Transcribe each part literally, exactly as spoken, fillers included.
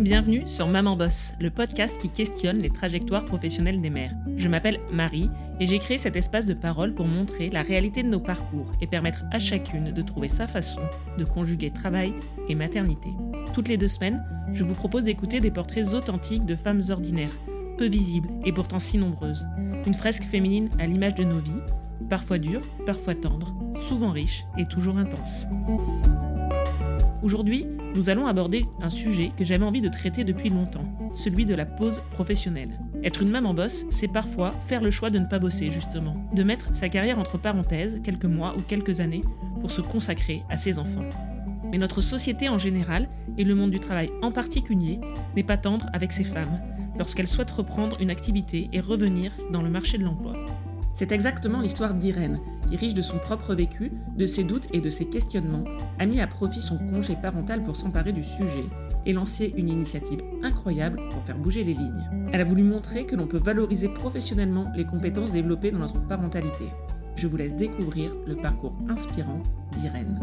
Bienvenue sur Maman Boss, le podcast qui questionne les trajectoires professionnelles des mères. Je m'appelle Marie et j'ai créé cet espace de parole pour montrer la réalité de nos parcours et permettre à chacune de trouver sa façon de conjuguer travail et maternité. Toutes les deux semaines, je vous propose d'écouter des portraits authentiques de femmes ordinaires, peu visibles et pourtant si nombreuses. Une fresque féminine à l'image de nos vies, parfois dures, parfois tendres, souvent riches et toujours intenses. Aujourd'hui, nous allons aborder un sujet que j'avais envie de traiter depuis longtemps, celui de la pause professionnelle. Être une maman boss, c'est parfois faire le choix de ne pas bosser, justement, de mettre sa carrière entre parenthèses, quelques mois ou quelques années, pour se consacrer à ses enfants. Mais notre société en général, et le monde du travail en particulier, n'est pas tendre avec ces femmes, lorsqu'elles souhaitent reprendre une activité et revenir dans le marché de l'emploi. C'est exactement l'histoire d'Irène, qui, riche de son propre vécu, de ses doutes et de ses questionnements, a mis à profit son congé parental pour s'emparer du sujet et lancer une initiative incroyable pour faire bouger les lignes. Elle a voulu montrer que l'on peut valoriser professionnellement les compétences développées dans notre parentalité. Je vous laisse découvrir le parcours inspirant d'Irène.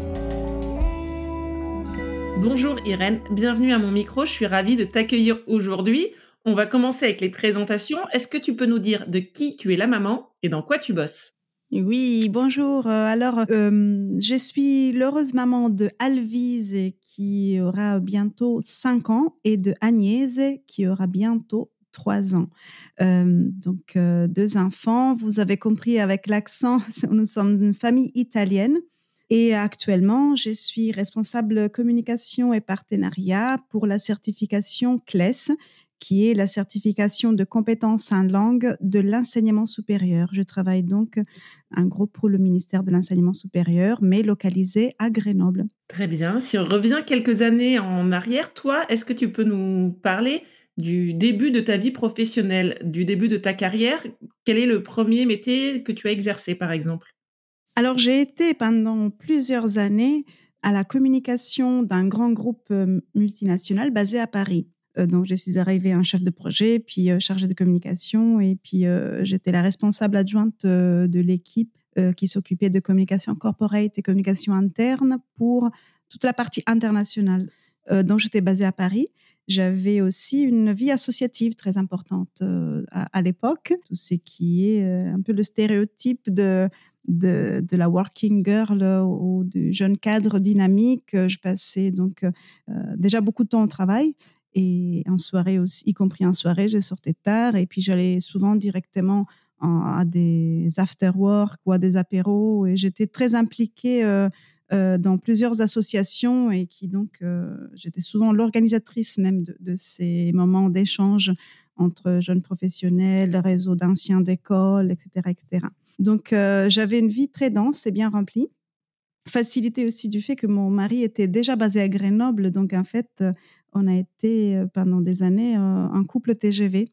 Bonjour Irène, bienvenue à mon micro, je suis ravie de t'accueillir aujourd'hui. On va commencer avec les présentations. Est-ce que tu peux nous dire de qui tu es la maman et dans quoi tu bosses ? Oui, bonjour. Euh, Alors, euh, je suis l'heureuse maman de Alvise qui aura bientôt cinq ans et de Agnès qui aura bientôt trois ans. Euh, donc, euh, deux enfants. Vous avez compris avec l'accent, nous sommes une famille italienne. Et actuellement, je suis responsable communication et partenariat pour la certification C L E S, qui est la certification de compétences en langue de l'enseignement supérieur. Je travaille donc un groupe pour le ministère de l'enseignement supérieur, mais localisé à Grenoble. Très bien. Si on revient quelques années en arrière, toi, est-ce que tu peux nous parler du début de ta vie professionnelle, du début de ta carrière ? Quel est le premier métier que tu as exercé, par exemple ? Alors, j'ai été pendant plusieurs années à la communication d'un grand groupe euh, multinational basé à Paris. Euh, donc, je suis arrivée en chef de projet, puis euh, chargée de communication, et puis euh, j'étais la responsable adjointe euh, de l'équipe euh, qui s'occupait de communication corporate et communication interne pour toute la partie internationale. Euh, donc, j'étais basée à Paris. J'avais aussi une vie associative très importante euh, à, à l'époque, tout ce qui est euh, un peu le stéréotype de de, de la working girl ou du jeune cadre dynamique. Je passais donc euh, déjà beaucoup de temps au travail et en soirée aussi, y compris en soirée, je sortais tard et puis j'allais souvent directement en- à des after-work ou à des apéros et j'étais très impliquée euh, euh, dans plusieurs associations et qui donc, euh, j'étais souvent l'organisatrice même de, de ces moments d'échange entre jeunes professionnels, réseaux d'anciens d'école, et cetera, et cetera. Donc, euh, j'avais une vie très dense et bien remplie, facilitée aussi du fait que mon mari était déjà basé à Grenoble. Donc, en fait, euh, on a été euh, pendant des années euh, un couple T G V.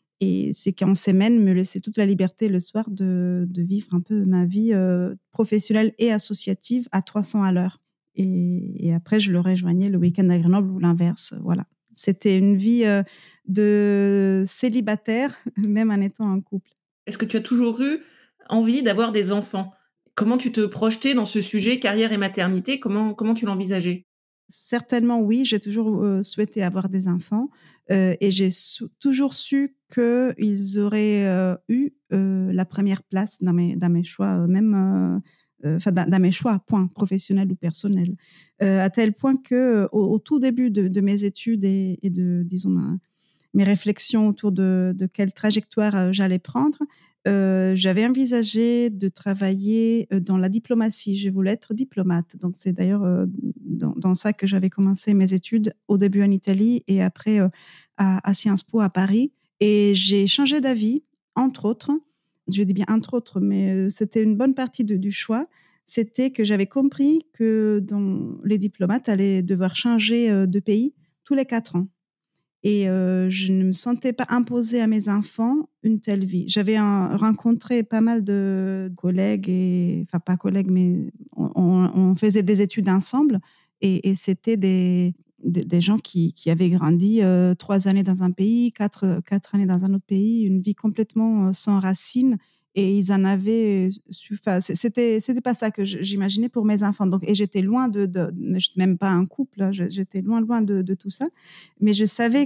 Et c'est qu'en semaine, me laissait toute la liberté le soir de, de vivre un peu ma vie euh, professionnelle et associative à trois cents à l'heure. Et, et après, je le rejoignais le week-end à Grenoble ou l'inverse. Voilà. C'était une vie euh, de célibataire, même en étant en couple. Est-ce que tu as toujours eu envie d'avoir des enfants ? Comment tu te projetais dans ce sujet carrière et maternité ? Comment, comment tu l'envisageais ? Certainement, oui, j'ai toujours euh, souhaité avoir des enfants euh, et j'ai su- toujours su qu'ils auraient euh, eu euh, la première place dans mes, dans mes choix, euh, même euh, euh, enfin, dans, dans mes choix, point, professionnels ou personnels. Euh, à tel point que euh, au, au tout début de, de mes études et, et de, disons, ma- mes réflexions autour de, de quelle trajectoire euh, j'allais prendre, euh, j'avais envisagé de travailler euh, dans la diplomatie. Je voulais être diplomate. Donc, c'est d'ailleurs euh, dans, dans ça que j'avais commencé mes études, au début en Italie et après euh, à, à Sciences Po à Paris. Et j'ai changé d'avis, entre autres. Je dis bien entre autres, mais euh, c'était une bonne partie de- du choix. C'était que j'avais compris que dans, les diplomates allaient devoir changer euh, de pays tous les quatre ans. Et euh, je ne me sentais pas imposer à mes enfants une telle vie. J'avais un- rencontré pas mal de collègues, et, enfin pas collègues, mais on, on- on faisait des études ensemble et, et c'était des, des, des gens qui, qui avaient grandi euh, trois années dans un pays, quatre, quatre années dans un autre pays, une vie complètement euh, sans racines et ils en avaient su. Enfin, c'était c'était pas ça que j'imaginais pour mes enfants. Donc, et j'étais loin de, de même pas un couple. Hein, j'étais loin loin de, de tout ça. Mais je savais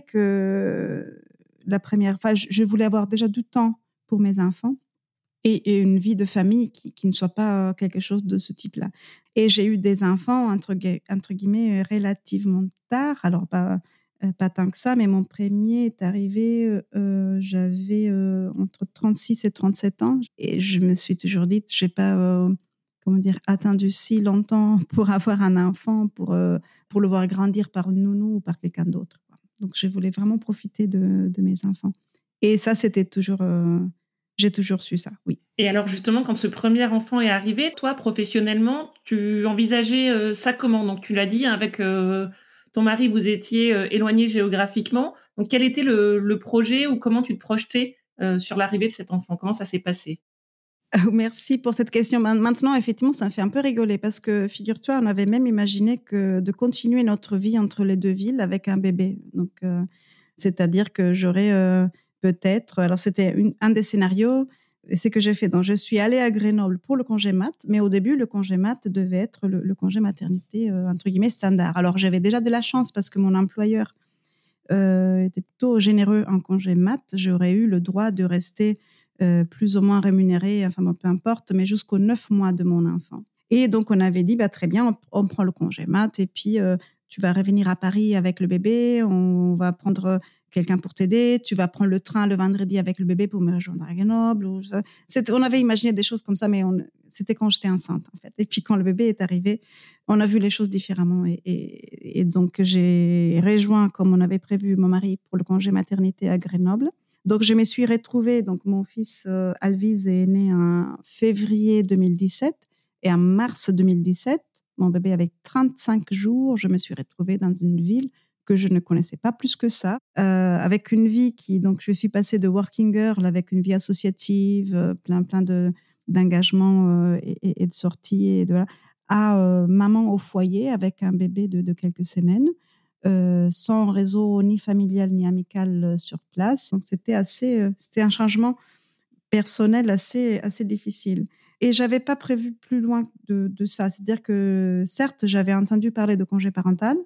que la première fois, je, je voulais avoir déjà du temps pour mes enfants et, et une vie de famille qui, qui ne soit pas quelque chose de ce type-là. Et j'ai eu des enfants entre, entre guillemets relativement tard. Alors pas euh, pas tant que ça, mais mon premier est arrivé, euh, j'avais euh, entre trente-six et trente-sept ans. Et je me suis toujours dit, je n'ai pas euh, comment dire, attendu si longtemps pour avoir un enfant, pour, euh, pour le voir grandir par une nounou ou par quelqu'un d'autre. Donc, je voulais vraiment profiter de, de mes enfants. Et ça, c'était toujours... Euh, j'ai toujours su ça, oui. Et alors justement, quand ce premier enfant est arrivé, toi, professionnellement, tu envisageais euh, ça comment? Donc tu l'as dit, hein, avec euh, ton mari, vous étiez euh, éloignés géographiquement. Donc quel était le, le projet ou comment tu te projetais euh, sur l'arrivée de cet enfant? Comment ça s'est passé? Merci pour cette question. Maintenant, effectivement, ça me fait un peu rigoler parce que, figure-toi, on avait même imaginé que de continuer notre vie entre les deux villes avec un bébé. Donc, euh, c'est-à-dire que j'aurais euh, peut-être... Alors, c'était une, un des scénarios, et c'est que j'ai fait. Donc, je suis allée à Grenoble pour le congé mat, mais au début, le congé mat devait être le, le congé maternité, euh, entre guillemets, standard. Alors, j'avais déjà de la chance parce que mon employeur euh, était plutôt généreux en congé mat. J'aurais eu le droit de rester euh, plus ou moins rémunérée, enfin bon, peu importe, mais jusqu'aux neuf mois de mon enfant. Et donc, on avait dit, bah, très bien, on, on prend le congé mat et puis euh, tu vas revenir à Paris avec le bébé, on va prendre quelqu'un pour t'aider, tu vas prendre le train le vendredi avec le bébé pour me rejoindre à Grenoble. Ou je... On avait imaginé des choses comme ça, mais on... c'était quand j'étais enceinte, en fait. Et puis, quand le bébé est arrivé, on a vu les choses différemment. Et, et, et donc, j'ai rejoint, comme on avait prévu, mon mari pour le congé maternité à Grenoble. Donc, je me suis retrouvée. Donc, mon fils euh, Alvise est né en février deux mille dix-sept et en mars deux mille dix-sept, mon bébé avait trente-cinq jours. Je me suis retrouvée dans une ville que je ne connaissais pas plus que ça, euh, avec une vie qui, donc, je suis passée de working girl avec une vie associative, euh, plein, plein de, d'engagements euh, et, et de sorties et de là, à euh, maman au foyer avec un bébé de, de quelques semaines. Euh, sans réseau ni familial ni amical euh, sur place. Donc, c'était assez, euh, c'était un changement personnel assez, assez difficile. Et je n'avais pas prévu plus loin de, de ça. C'est-à-dire que, certes, j'avais entendu parler de congé parental.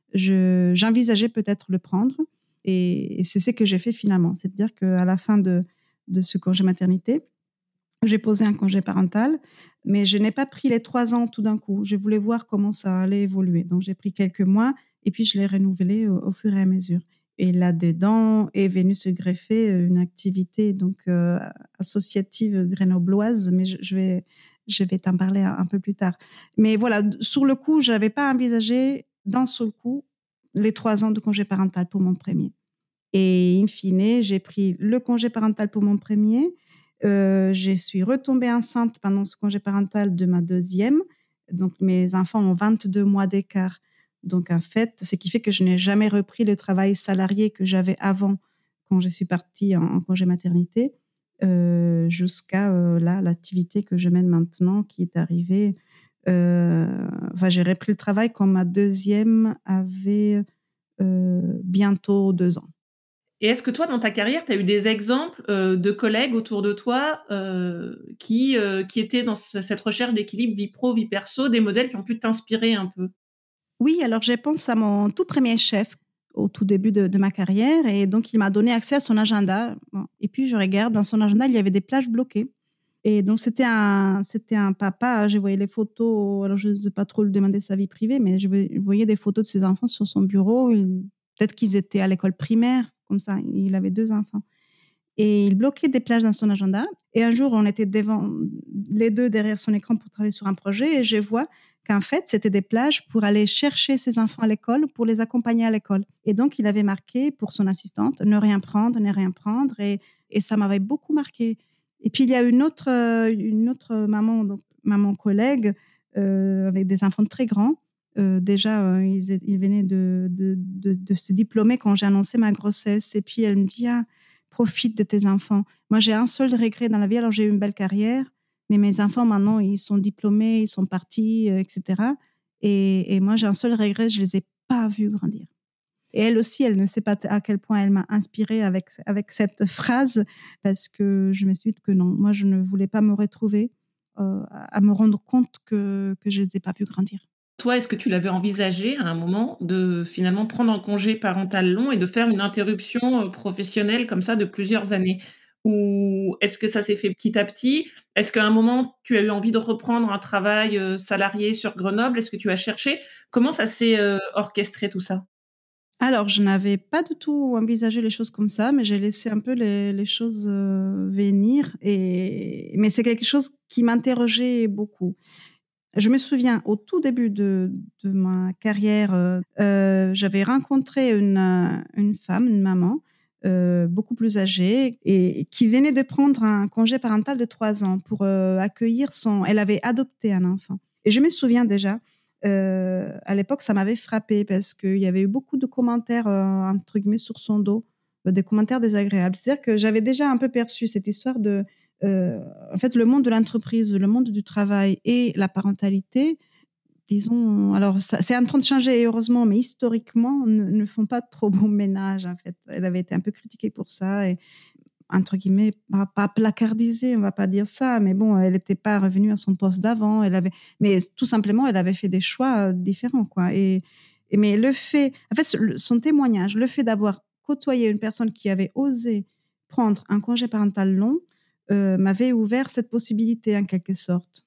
Je, j'envisageais peut-être le prendre. Et, et c'est ce que j'ai fait finalement. C'est-à-dire qu'à la fin de, de ce congé maternité, j'ai posé un congé parental, mais je n'ai pas pris les trois ans tout d'un coup. Je voulais voir comment ça allait évoluer. Donc, j'ai pris quelques mois et puis je l'ai renouvelé au, au fur et à mesure. Et là-dedans est venue se greffer une activité donc euh, associative grenobloise, mais je, je vais, je vais t'en parler un, un peu plus tard. Mais voilà, sur le coup, je n'avais pas envisagé d'un seul coup les trois ans de congé parental pour mon premier. Et in fine, j'ai pris le congé parental pour mon premier. Euh, je suis retombée enceinte pendant ce congé parental de ma deuxième. Donc, mes enfants ont vingt-deux mois d'écart. Donc, en fait, ce qui fait que je n'ai jamais repris le travail salarié que j'avais avant quand je suis partie en, en congé maternité euh, jusqu'à euh, là, l'activité que je mène maintenant qui est arrivée. Euh, enfin, j'ai repris le travail quand ma deuxième avait euh, bientôt deux ans. Et est-ce que toi, dans ta carrière, tu as eu des exemples euh, de collègues autour de toi euh, qui, euh, qui étaient dans ce, cette recherche d'équilibre vie pro, vie perso, des modèles qui ont pu t'inspirer un peu? Oui, alors je pense à mon tout premier chef au tout début de, de ma carrière et donc il m'a donné accès à son agenda. Bon, et puis je regarde, dans son agenda, il y avait des plages bloquées. Et donc c'était un, c'était un papa, je voyais les photos, alors je ne sais pas trop lui demander sa vie privée, mais je voyais des photos de ses enfants sur son bureau. Il- Peut-être qu'ils étaient à l'école primaire, comme ça, il avait deux enfants. Et il bloquait des plages dans son agenda. Et un jour, on était devant, les deux derrière son écran pour travailler sur un projet et je vois qu'en fait, c'était des plages pour aller chercher ses enfants à l'école, pour les accompagner à l'école. Et donc, il avait marqué pour son assistante, ne rien prendre, ne rien prendre. Et, et ça m'avait beaucoup marqué. Et puis, il y a une autre, euh, une autre maman, donc maman collègue, euh, avec des enfants très grands. Euh, déjà, euh, ils, ils venaient de, de, de, de se diplômer quand j'ai annoncé ma grossesse. Et puis, elle me dit, ah, profite de tes enfants. Moi, j'ai un seul regret dans la vie. Alors, j'ai eu une belle carrière, mais mes enfants, maintenant, ils sont diplômés, ils sont partis, euh, et cetera. Et, et moi, j'ai un seul regret, je ne les ai pas vus grandir. Et elle aussi, elle ne sait pas à quel point elle m'a inspirée avec, avec cette phrase, parce que je me suis dit que non, moi, je ne voulais pas me retrouver euh, à me rendre compte que, que je ne les ai pas vus grandir. Toi, est-ce que tu l'avais envisagé à un moment de finalement prendre un congé parental long et de faire une interruption euh, professionnelle comme ça de plusieurs années? Ou est-ce que ça s'est fait petit à petit? Est-ce qu'à un moment, tu as eu envie de reprendre un travail euh, salarié sur Grenoble? Est-ce que tu as cherché? Comment ça s'est euh, orchestré tout ça? Alors, je n'avais pas du tout envisagé les choses comme ça, mais j'ai laissé un peu les, les choses euh, venir. Et... Mais c'est quelque chose qui m'interrogeait beaucoup. Je me souviens, au tout début de, de ma carrière, euh, euh, j'avais rencontré une, euh, une femme, une maman, euh, beaucoup plus âgée, et qui venait de prendre un congé parental de trois ans pour euh, accueillir son... Elle avait adopté un enfant. Et je me souviens déjà, euh, à l'époque, ça m'avait frappée parce qu'il y avait eu beaucoup de commentaires, euh, entre guillemets, sur son dos, euh, des commentaires désagréables. C'est-à-dire que j'avais déjà un peu perçu cette histoire de euh, en fait, le monde de l'entreprise, le monde du travail et la parentalité, disons, alors ça, c'est en train de changer, heureusement, mais historiquement, ne, ne font pas trop bon ménage, en fait. Elle avait été un peu critiquée pour ça et, entre guillemets, pas, pas placardisée, on va pas dire ça, mais bon, elle n'était pas revenue à son poste d'avant, elle avait, mais tout simplement, elle avait fait des choix différents, quoi. Et, et mais le fait, en fait, son témoignage, le fait d'avoir côtoyé une personne qui avait osé prendre un congé parental long, euh, m'avait ouvert cette possibilité en quelque sorte.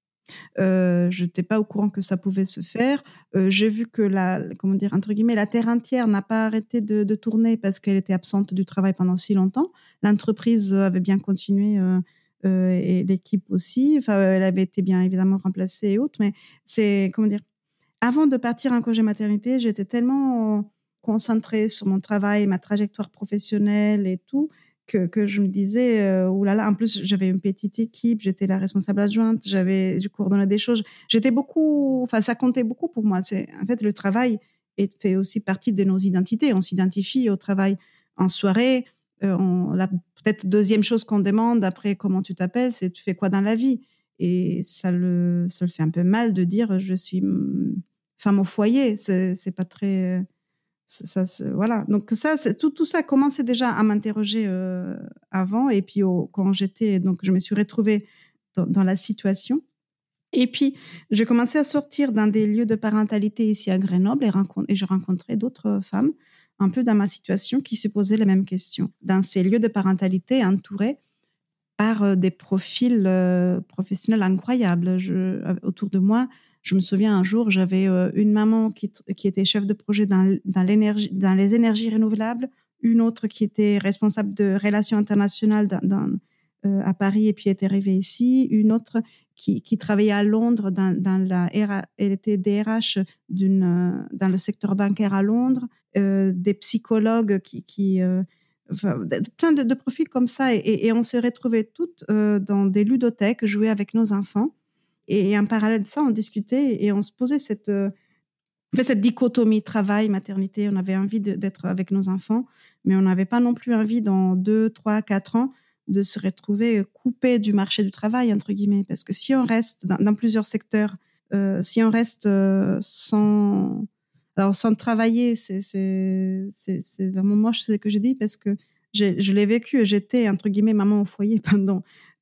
Euh, je n'étais pas au courant que ça pouvait se faire. Euh, j'ai vu que la, comment dire, entre guillemets, la terre entière n'a pas arrêté de, de tourner parce qu'elle était absente du travail pendant si longtemps. L'entreprise avait bien continué euh, euh, et l'équipe aussi. Enfin, elle avait été bien évidemment remplacée et autres. Mais c'est, comment dire, avant de partir en congé maternité, j'étais tellement concentrée sur mon travail, ma trajectoire professionnelle et tout, que, que je me disais, euh, oulala, en plus, j'avais une petite équipe, j'étais la responsable adjointe, j'avais, je coordonnais des choses. J'étais beaucoup, enfin, ça comptait beaucoup pour moi. C'est, en fait, le travail est, fait aussi partie de nos identités. On s'identifie au travail en soirée. Euh, on, la peut-être deuxième chose qu'on demande après comment tu t'appelles, c'est tu fais quoi dans la vie? Et ça le, ça le fait un peu mal de dire je suis femme au foyer. C'est, c'est pas très. Ça, ça, voilà. Donc, ça, c'est, tout, tout ça commençait déjà à m'interroger euh, avant. Et puis, au, quand j'étais. Donc, je me suis retrouvée dans, dans la situation. Et puis, j'ai commencé à sortir dans des lieux de parentalité ici à Grenoble et, rencontre, et je rencontrais d'autres femmes un peu dans ma situation qui se posaient les mêmes questions. Dans ces lieux de parentalité entourés par des profils euh, professionnels incroyables. Je, autour de moi, je me souviens un jour, j'avais euh, une maman qui, qui était chef de projet dans, dans, l'énergie, dans les énergies renouvelables, une autre qui était responsable de relations internationales dans, dans, euh, à Paris et puis était arrivée ici, une autre qui, qui travaillait à Londres, dans, dans la, elle était D R H d'une, euh, dans le secteur bancaire à Londres, euh, des psychologues qui... qui euh, Enfin, plein de, de profils comme ça. Et, et, et on se retrouvait toutes euh, dans des ludothèques, jouer avec nos enfants. Et, et en parallèle de ça, on discutait et on se posait cette, euh, en fait, cette dichotomie travail-maternité. On avait envie de, d'être avec nos enfants, mais on n'avait pas non plus envie, dans deux, trois, quatre ans, de se retrouver coupé du marché du travail, entre guillemets. Parce que si on reste dans, dans plusieurs secteurs, euh, si on reste euh, sans... Alors, sans travailler, c'est, c'est, c'est, c'est vraiment moche ce que je dis parce que j'ai, je l'ai vécu et j'étais, entre guillemets, maman au foyer pendant,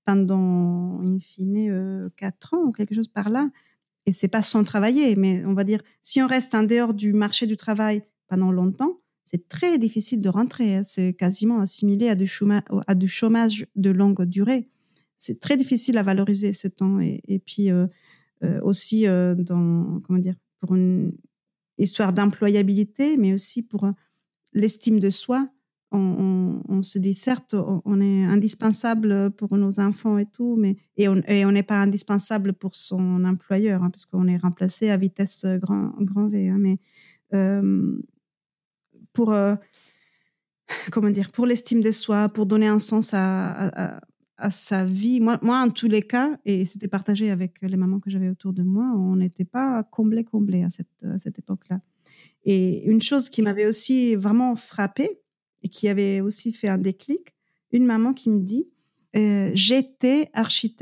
pendant in fine, euh, quatre ans ou quelque chose par là. Et c'est pas sans travailler, mais on va dire, si on reste en dehors du marché du travail pendant longtemps, c'est très difficile de rentrer. Hein. C'est quasiment assimilé à du, chômage, à du chômage de longue durée. C'est très difficile à valoriser ce temps. Et, et puis euh, euh, aussi, euh, dans, comment dire, pour une histoire d'employabilité, mais aussi pour l'estime de soi. On, on, on se dit, certes, on, on est indispensable pour nos enfants et tout, mais, et on et on n'est pas indispensable pour son employeur, hein, parce qu'on est remplacé à vitesse grand, grand V. Hein, mais euh, pour, euh, comment dire, pour l'estime de soi, pour donner un sens à, à, à sa vie, moi, moi, en tous les cas, et c'était partagé avec les mamans que j'avais autour de moi, on n'était pas comblé, comblé à cette, à cette époque-là. Et une chose qui m'avait aussi vraiment frappée et qui avait aussi fait un déclic, une maman qui me dit euh, « J'étais architecte ».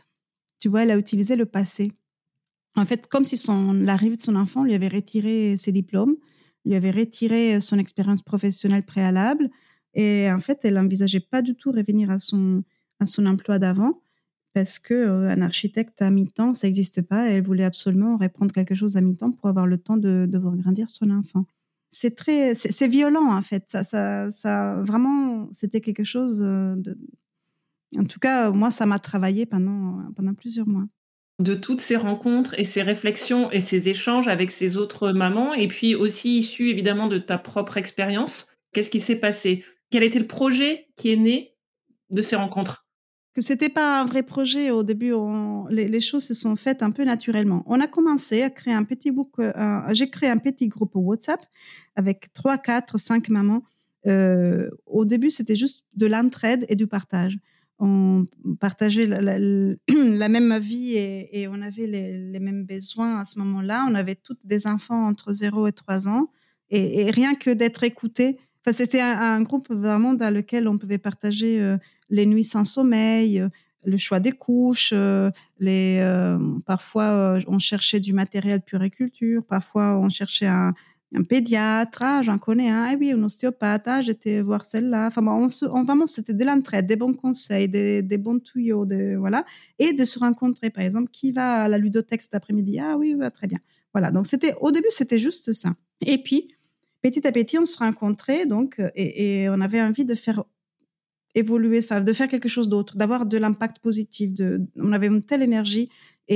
Tu vois, elle a utilisé le passé. En fait, comme si son, l'arrivée de son enfant lui avait retiré ses diplômes, lui avait retiré son expérience professionnelle préalable. Et en fait, elle n'envisageait pas du tout revenir à son, à son emploi d'avant parce qu'un architecte à mi-temps, ça n'existe pas. Et elle voulait absolument reprendre quelque chose à mi-temps pour avoir le temps de, de voir grandir son enfant. C'est très, c'est, c'est violent en fait. Ça, ça, ça, vraiment, c'était quelque chose de. En tout cas, moi, ça m'a travaillé pendant, pendant plusieurs mois. De toutes ces rencontres et ces réflexions et ces échanges avec ces autres mamans et puis aussi issus évidemment de ta propre expérience, qu'est-ce qui s'est passé? Quel était le projet qui est né de ces rencontres? Que c'était pas un vrai projet au début, on les les choses se sont faites un peu naturellement. On a commencé à créer un petit book, heu, un j'ai créé un petit groupe WhatsApp avec trois, quatre, cinq mamans. Heu, au début, c'était juste de l'entraide et du partage. On partageait la la l la même vie et et on avait les les mêmes besoins à ce moment-là. On avait toutes des enfants entre zéro et trois ans et et rien que d'être écoutées, enfin, c'était un un groupe vraiment dans lequel on pouvait partager, heu, les nuits sans sommeil, heu, le choix des couches, heu, les, hem, parfois, heu, on cherchait du matériel puériculture, parfois on cherchait un un pédiatre: «Ah, j'en connais un, ah oui, un ostéopathe, ah, j'étais voir celle-là». Enfin bon, on se on vraiment, c'était de l'entraide, des bons conseils, des des bons tuyaux, de voilà et de se rencontrer. Par exemple: «Qui va à la ludothèque cet après-midi?» «Ah oui, ouais, très bien». Voilà, donc c'était au début, c'était juste ça et puis, petit à petit, on se rencontrait donc et et on avait envie de faire évoluer ça, de faire quelque chose d'autre, d'avoir de l'impact positif. De, on avait une telle énergie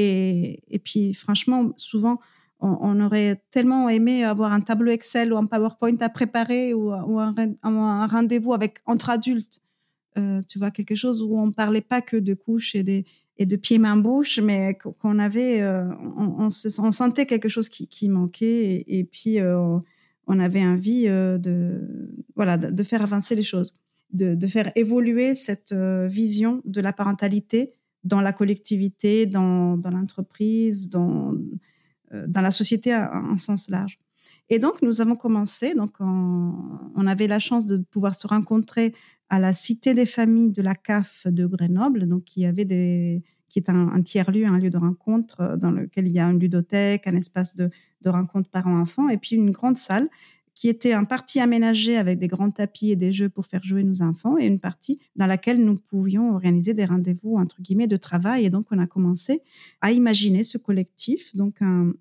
et, et puis franchement, souvent, on, on aurait tellement aimé avoir un tableau Excel ou un PowerPoint à préparer ou, ou un, un rendez-vous avec entre adultes. Euh, tu vois, quelque chose où on parlait pas que de couches et, des, et de pieds main bouche, mais qu'on avait, euh, on, on, se, on sentait quelque chose qui, qui manquait et, et puis euh, on, on avait envie euh, de, voilà, de, de faire avancer les choses. De, de, faire évoluer cette euh, vision de la parentalité dans la collectivité, dans, dans l'entreprise, dans, euh, dans la société en, en sens large. Et donc, nous avons commencé, donc on, on avait la chance de pouvoir se rencontrer à la Cité des familles de la C A F de Grenoble, donc qui, avait des, qui est un, un tiers-lieu, un lieu de rencontre dans lequel il y a une ludothèque, un espace de, de rencontre parents-enfants, et puis une grande salle qui était en partie aménagée avec des grands tapis et des jeux pour faire jouer nos enfants, et une partie dans laquelle nous pouvions organiser des rendez-vous, entre guillemets, de travail. Et donc, on a commencé à imaginer ce collectif, donc un,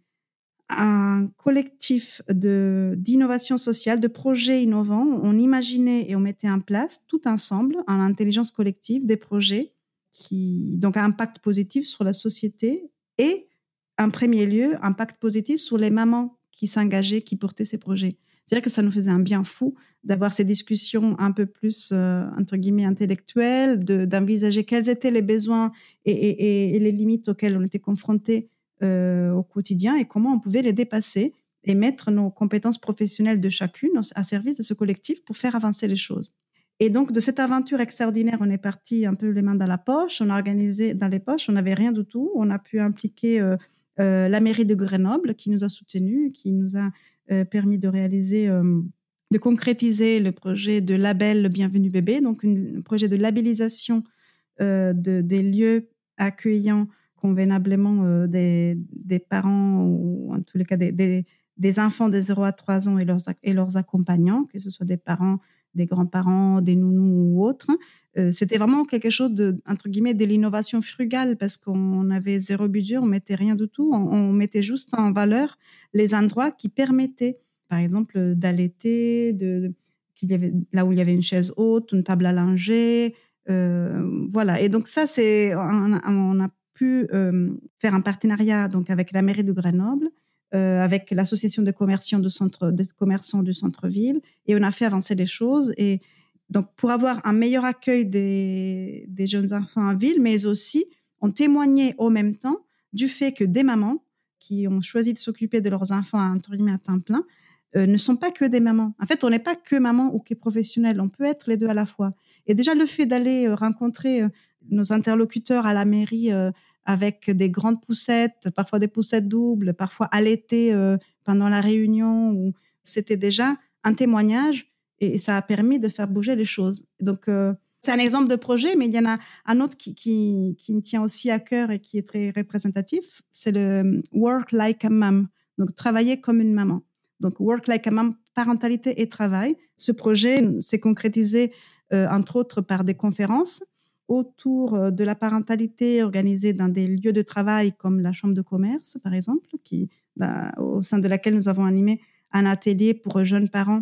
un collectif de, d'innovation sociale, de projets innovants. On imaginait et on mettait en place, tout ensemble, en intelligence collective, des projets qui, donc, à impact positif sur la société et, en premier lieu, impact positif sur les mamans qui s'engageaient, qui portaient ces projets. C'est-à-dire que ça nous faisait un bien fou d'avoir ces discussions un peu plus, euh, entre guillemets, intellectuelles, de, d'envisager quels étaient les besoins et, et, et les limites auxquelles on était confrontés euh, au quotidien et comment on pouvait les dépasser et mettre nos compétences professionnelles de chacune à service de ce collectif pour faire avancer les choses. Et donc, de cette aventure extraordinaire, on est parti un peu les mains dans la poche, on a organisé dans les poches, on n'avait rien du tout, on a pu impliquer euh, euh, la mairie de Grenoble qui nous a soutenus, qui nous a euh, permis de réaliser, euh, de concrétiser le projet de label Bienvenue Bébé, donc une, un projet de labellisation euh, de, des lieux accueillants convenablement euh, des, des parents ou en tous les cas des, des, des enfants de zéro à trois ans et leurs, et leurs accompagnants, que ce soit des parents, des grands-parents, des nounous ou autres. Euh, c'était vraiment quelque chose de, entre guillemets, de l'innovation frugale parce qu'on avait zéro budget, on mettait rien du tout, on, on mettait juste en valeur les endroits qui permettaient, par exemple, d'allaiter, de, de, qu'il y avait, là où il y avait une chaise haute, une table à langer, euh, voilà. Et donc ça, c'est, on, on a pu euh, faire un partenariat donc avec la mairie de Grenoble, euh, avec l'association de commerçants du centre, de commerçants du centre-ville, et on a fait avancer les choses. Et donc pour avoir un meilleur accueil des, des jeunes enfants en ville, mais aussi on témoignait au même temps du fait que des mamans qui ont choisi de s'occuper de leurs enfants entre guillemets à temps plein euh, ne sont pas que des mamans. En fait, on n'est pas que maman ou que professionnel, on peut être les deux à la fois. Et déjà, le fait d'aller euh, rencontrer euh, nos interlocuteurs à la mairie euh, avec des grandes poussettes, parfois des poussettes doubles, parfois allaitées euh, pendant la réunion, où c'était déjà un témoignage et, et ça a permis de faire bouger les choses. Donc, euh, c'est un exemple de projet, mais il y en a un autre qui, qui, qui me tient aussi à cœur et qui est très représentatif, c'est le Work Like a Mom, donc travailler comme une maman. Donc, Work Like a Mom, parentalité et travail. Ce projet s'est concrétisé, euh, entre autres, par des conférences autour de la parentalité organisée dans des lieux de travail comme la Chambre de commerce, par exemple, qui, bah, au sein de laquelle nous avons animé un atelier pour jeunes parents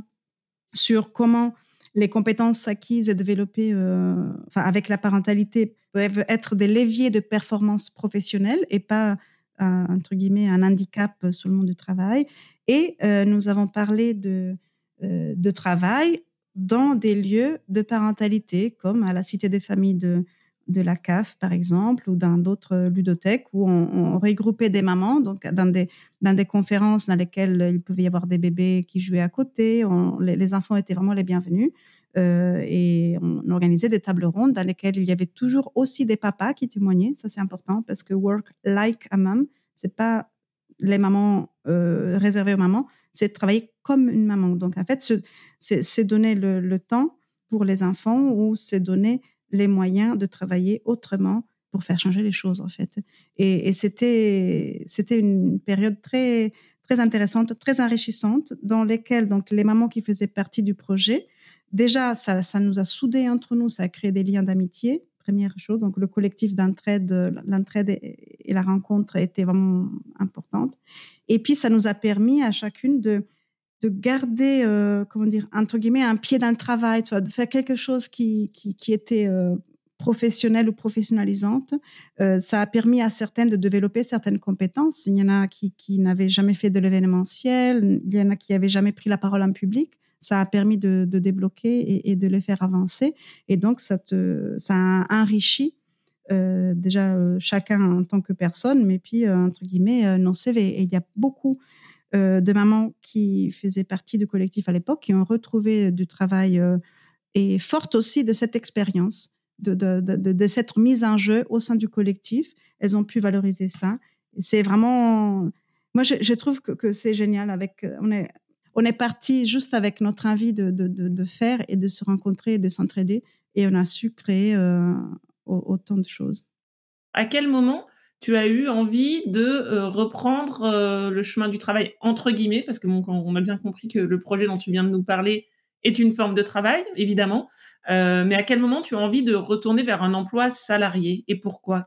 sur comment les compétences acquises et développées euh, enfin, avec la parentalité peuvent être des leviers de performance professionnelle et pas, euh, entre guillemets, un handicap sur le monde du travail. Et euh, nous avons parlé de, euh, de travail dans des lieux de parentalité, comme à la Cité des familles de, de la C A F, par exemple, ou dans d'autres ludothèques où on, on regroupait des mamans, donc dans des, dans des conférences dans lesquelles il pouvait y avoir des bébés qui jouaient à côté. On, les, les enfants étaient vraiment les bienvenus. Euh, et on organisait des tables rondes dans lesquelles il y avait toujours aussi des papas qui témoignaient. Ça, c'est important parce que work like a mom, c'est pas les mamans euh, réservées aux mamans, c'est de travailler comme une maman. Donc, en fait, c'est, c'est, c'est donner le, le temps pour les enfants ou c'est donner les moyens de travailler autrement pour faire changer les choses, en fait. Et, et c'était, c'était une période très, très intéressante, très enrichissante, dans laquelle donc, les mamans qui faisaient partie du projet, déjà, ça, ça nous a soudés entre nous, ça a créé des liens d'amitié, première chose. Donc, le collectif d'entraide, l'entraide et, et la rencontre étaient vraiment importantes. Et puis, ça nous a permis à chacune de, de garder, euh, comment dire, entre guillemets, un pied dans le travail, tu vois, de faire quelque chose qui, qui, qui était euh, professionnel ou professionnalisante. Euh, ça a permis à certaines de développer certaines compétences. Il y en a qui, qui n'avaient jamais fait de l'événementiel, il y en a qui n'avaient jamais pris la parole en public. Ça a permis de, de débloquer et, et de les faire avancer. Et donc, ça, te, ça a enrichi euh, déjà euh, chacun en tant que personne, mais puis, euh, entre guillemets, euh, nos C V. Et il y a beaucoup euh, de mamans qui faisaient partie du collectif à l'époque, qui ont retrouvé du travail euh, et fortes aussi de cette expérience, de, de, de, de cette mise en jeu au sein du collectif. Elles ont pu valoriser ça. Et c'est vraiment... Moi, je, je trouve que, que c'est génial. Avec, on est, on est parti juste avec notre envie de, de, de, de faire et de se rencontrer et de s'entraider. Et on a su créer euh, autant de choses. À quel moment tu as eu envie de euh, reprendre euh, le chemin du travail, entre guillemets, parce que bon, on a bien compris que le projet dont tu viens de nous parler est une forme de travail, évidemment. Euh, mais à quel moment tu as envie de retourner vers un emploi salarié et pourquoi?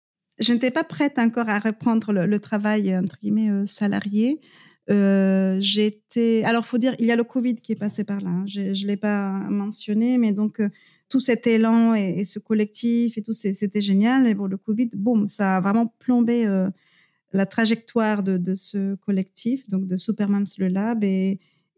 Je n'étais pas prête encore à reprendre le, le travail, entre guillemets, euh, salarié. Euh, j'étais... Alors, il faut dire, il y a le Covid qui est passé par là. Hein. Je ne l'ai pas mentionné, mais donc, euh, tout cet élan et, et ce collectif et tout, c'est, c'était génial. Et bon, le Covid, boum, ça a vraiment plombé euh, la trajectoire de, de ce collectif, donc de Supermoms le Lab. Et,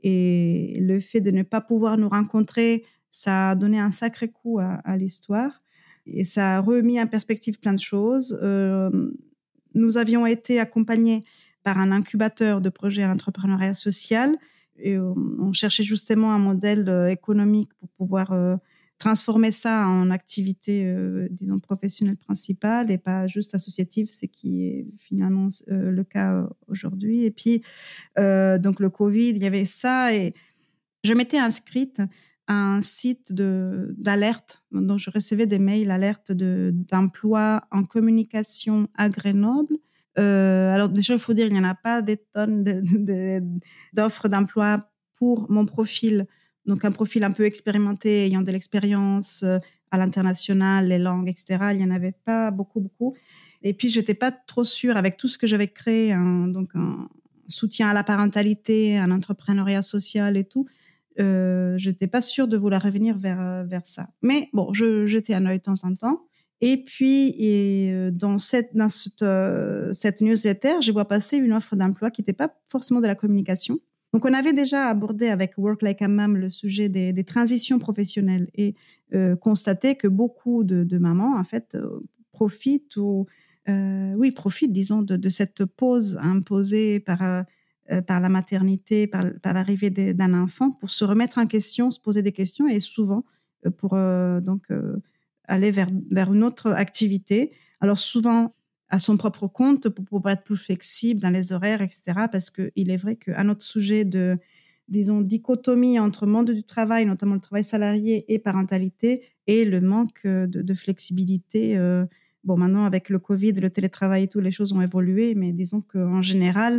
et le fait de ne pas pouvoir nous rencontrer, ça a donné un sacré coup à, à l'histoire. Et ça a remis en perspective plein de choses. Euh, nous avions été accompagnés par un incubateur de projets à l'entrepreneuriat social. Et on, on cherchait justement un modèle euh, économique pour pouvoir euh, transformer ça en activité, euh, disons, professionnelle principale et pas juste associative, ce qui est finalement euh, le cas aujourd'hui. Et puis, euh, donc le Covid, il y avait ça. Et je m'étais inscrite à un site de, d'alerte, dont je recevais des mails alertes de, d'emploi en communication à Grenoble. Euh, alors déjà, il faut dire, il n'y en a pas des tonnes de, de, d'offres d'emploi pour mon profil, donc un profil un peu expérimenté, ayant de l'expérience euh, à l'international, les langues, et cetera. Il n'y en avait pas beaucoup, beaucoup. Et puis, je n'étais pas trop sûre avec tout ce que j'avais créé, hein, donc un soutien à la parentalité, un entrepreneuriat social et tout. Euh, je n'étais pas sûre de vouloir revenir vers, vers ça. Mais bon, je jetais un œil de temps en temps. Et puis, et dans, cette, dans cette, euh, cette newsletter, je vois passer une offre d'emploi qui n'était pas forcément de la communication. Donc, on avait déjà abordé avec Work Like a Mom le sujet des, des transitions professionnelles et euh, constaté que beaucoup de, de mamans, en fait, euh, profitent ou, euh, oui, profitent, disons, de, de cette pause imposée par... Euh, par la maternité, par, par l'arrivée de, d'un enfant, pour se remettre en question, se poser des questions et souvent pour euh, donc, euh, aller vers, vers une autre activité. Alors souvent à son propre compte pour pouvoir être plus flexible dans les horaires, et cetera. Parce qu'il est vrai qu'un autre sujet de, disons, dichotomie entre monde du travail, notamment le travail salarié et parentalité, et le manque de, de flexibilité. Euh, bon, maintenant, avec le Covid, le télétravail et tout, les choses ont évolué, mais disons qu'en général,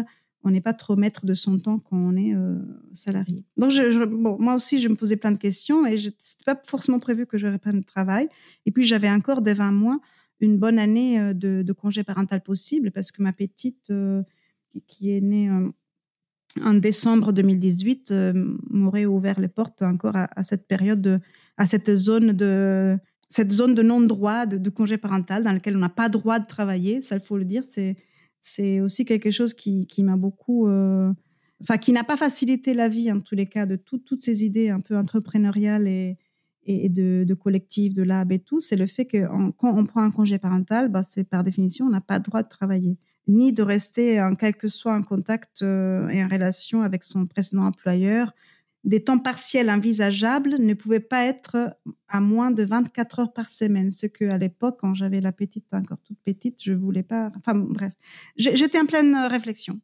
on n'est pas trop maître de son temps quand on est euh, salarié. Donc, je, je, bon, moi aussi, je me posais plein de questions et ce n'était pas forcément prévu que je reprenne le travail. Et puis, j'avais encore dès vingt mois une bonne année euh, de, de congé parental possible parce que ma petite, euh, qui, qui est née euh, en décembre deux mille dix-huit, euh, m'aurait ouvert les portes encore à, à cette période, de, à cette zone de, cette zone de non-droit de, de congé parental dans laquelle on n'a pas droit de travailler. Ça, il faut le dire, c'est c'est aussi quelque chose qui, qui m'a beaucoup... Euh, enfin, qui n'a pas facilité la vie, en tous les cas, de tout, toutes ces idées un peu entrepreneuriales et, et de, de collectif, de lab et tout. C'est le fait que on, quand on prend un congé parental, bah, c'est par définition, on n'a pas le droit de travailler, ni de rester en quel que soit en contact euh, et en relation avec son précédent employeur. Des temps partiels envisageables ne pouvaient pas être à moins de vingt-quatre heures par semaine, ce qu'à l'époque, quand j'avais la petite, encore toute petite, je ne voulais pas... Enfin bref, j'étais en pleine réflexion.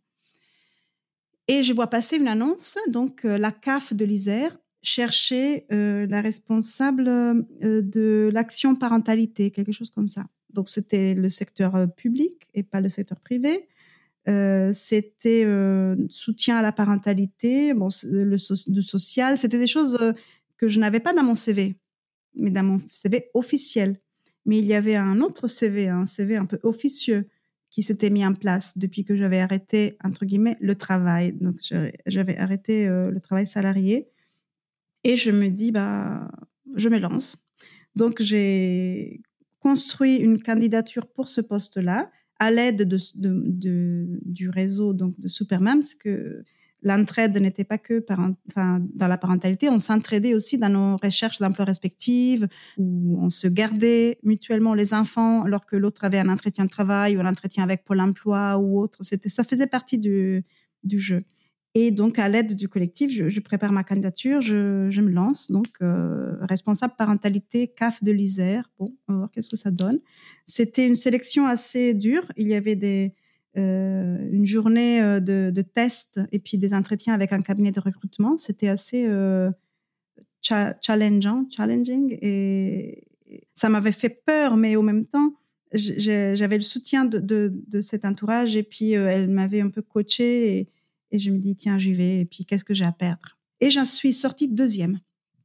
Et je vois passer une annonce, donc euh, la C A F de l'Isère cherchait euh, la responsable euh, de l'action parentalité, quelque chose comme ça. Donc c'était le secteur euh, public et pas le secteur privé. Euh, c'était euh, soutien à la parentalité, bon, le, so le social, c'était des choses euh, que je n'avais pas dans mon C V, mais dans mon C V officiel. Mais il y avait un autre C V, un C V un peu officieux, qui s'était mis en place depuis que j'avais arrêté, entre guillemets, le travail. Donc, j'avais arrêté euh, le travail salarié. Et je me dis, bah, je me lance. Donc, j'ai construit une candidature pour ce poste-là à l'aide de, de, de, du réseau donc de Supermams, parce que l'entraide n'était pas que par, enfin, dans la parentalité, on s'entraidait aussi dans nos recherches d'emploi respectives, où on se gardait mutuellement les enfants alors que l'autre avait un entretien de travail ou un entretien avec Pôle emploi ou autre. C'était, ça faisait partie du, du jeu. Et donc, à l'aide du collectif, je, je prépare ma candidature, je, je me lance. Donc, euh, responsable parentalité C A F de l'Isère. Bon, on va voir qu'est-ce que ça donne. C'était une sélection assez dure. Il y avait des, euh, une journée de, de tests et puis des entretiens avec un cabinet de recrutement. C'était assez euh, cha- challengeant, challenging. Et ça m'avait fait peur, mais en même temps, j'avais le soutien de, de, de cet entourage. Et puis, euh, elle m'avait un peu coachée et Et je me dis, tiens, j'y vais. Et puis, qu'est-ce que j'ai à perdre? Et j'en suis sortie deuxième.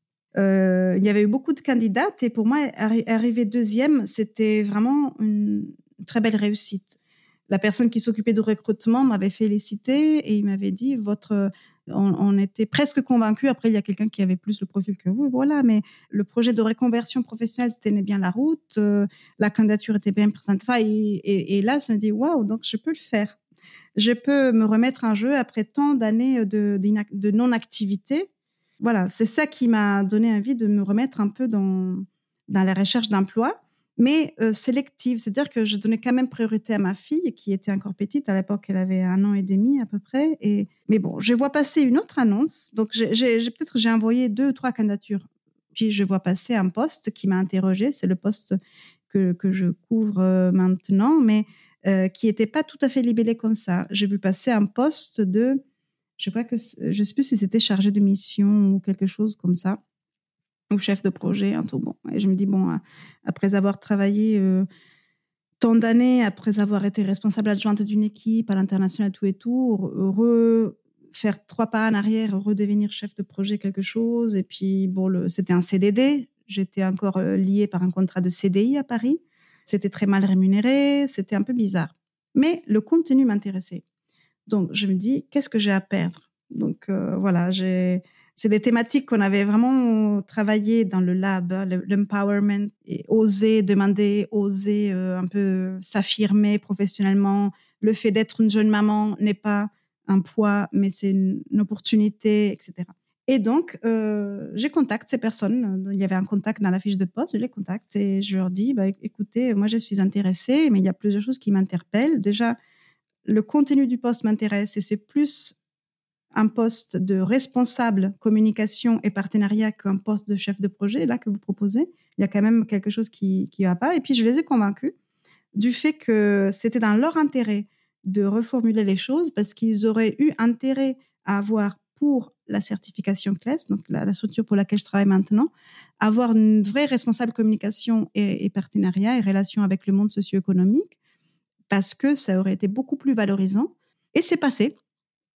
Euh, il y avait eu beaucoup de candidates. Et pour moi, arri- arriver deuxième, c'était vraiment une très belle réussite. La personne qui s'occupait du recrutement m'avait félicité et il m'avait dit, votre, on, on était presque convaincus. Après, il y a quelqu'un qui avait plus le profil que vous. Voilà, mais le projet de reconversion professionnelle tenait bien la route. Euh, la candidature était bien présente. Enfin, et, et, et là, ça me dit, waouh, donc je peux le faire. Je peux me remettre en jeu après tant d'années de, de, de non-activité. Voilà, c'est ça qui m'a donné envie de me remettre un peu dans, dans la recherche d'emploi, mais euh, sélective. C'est-à-dire que je donnais quand même priorité à ma fille, qui était encore petite. À l'époque, elle avait un an et demi à peu près. Et, mais bon, je vois passer une autre annonce. Donc, j'ai, j'ai, j'ai, peut-être j'ai envoyé deux ou trois candidatures. Puis, je vois passer un poste qui m'a interrogée. C'est le poste que, que je couvre euh, maintenant. Mais Euh, qui n'était pas tout à fait libellé comme ça. J'ai vu passer un poste de, je ne sais, sais plus si c'était chargé de mission ou quelque chose comme ça, ou chef de projet, un tout bon. Et je me dis, bon, après avoir travaillé euh, tant d'années, après avoir été responsable adjointe d'une équipe à l'international, tout et tout, re, faire trois pas en arrière, redevenir chef de projet quelque chose. Et puis, bon, le, c'était un C D D. J'étais encore liée par un contrat de C D I à Paris. C'était très mal rémunéré, c'était un peu bizarre. Mais le contenu m'intéressait. Donc, je me dis, qu'est-ce que j'ai à perdre? Donc, euh, voilà, j'ai... c'est des thématiques qu'on avait vraiment travaillé dans le lab, l'empowerment, et oser demander, oser euh, un peu s'affirmer professionnellement. Le fait d'être une jeune maman n'est pas un poids, mais c'est une, une opportunité, et cetera. Et donc, euh, je contacte ces personnes. Il y avait un contact dans la fiche de poste. Je les contacte et je leur dis, bah, écoutez, moi, je suis intéressée, mais il y a plusieurs choses qui m'interpellent. Déjà, le contenu du poste m'intéresse et c'est plus un poste de responsable communication et partenariat qu'un poste de chef de projet, là, que vous proposez. Il y a quand même quelque chose qui ne va pas. Et puis, je les ai convaincus du fait que c'était dans leur intérêt de reformuler les choses parce qu'ils auraient eu intérêt à avoir pour la certification C L E S, donc la, la structure pour laquelle je travaille maintenant, avoir une vraie responsable communication et, et partenariat et relation avec le monde socio-économique parce que ça aurait été beaucoup plus valorisant. Et c'est passé.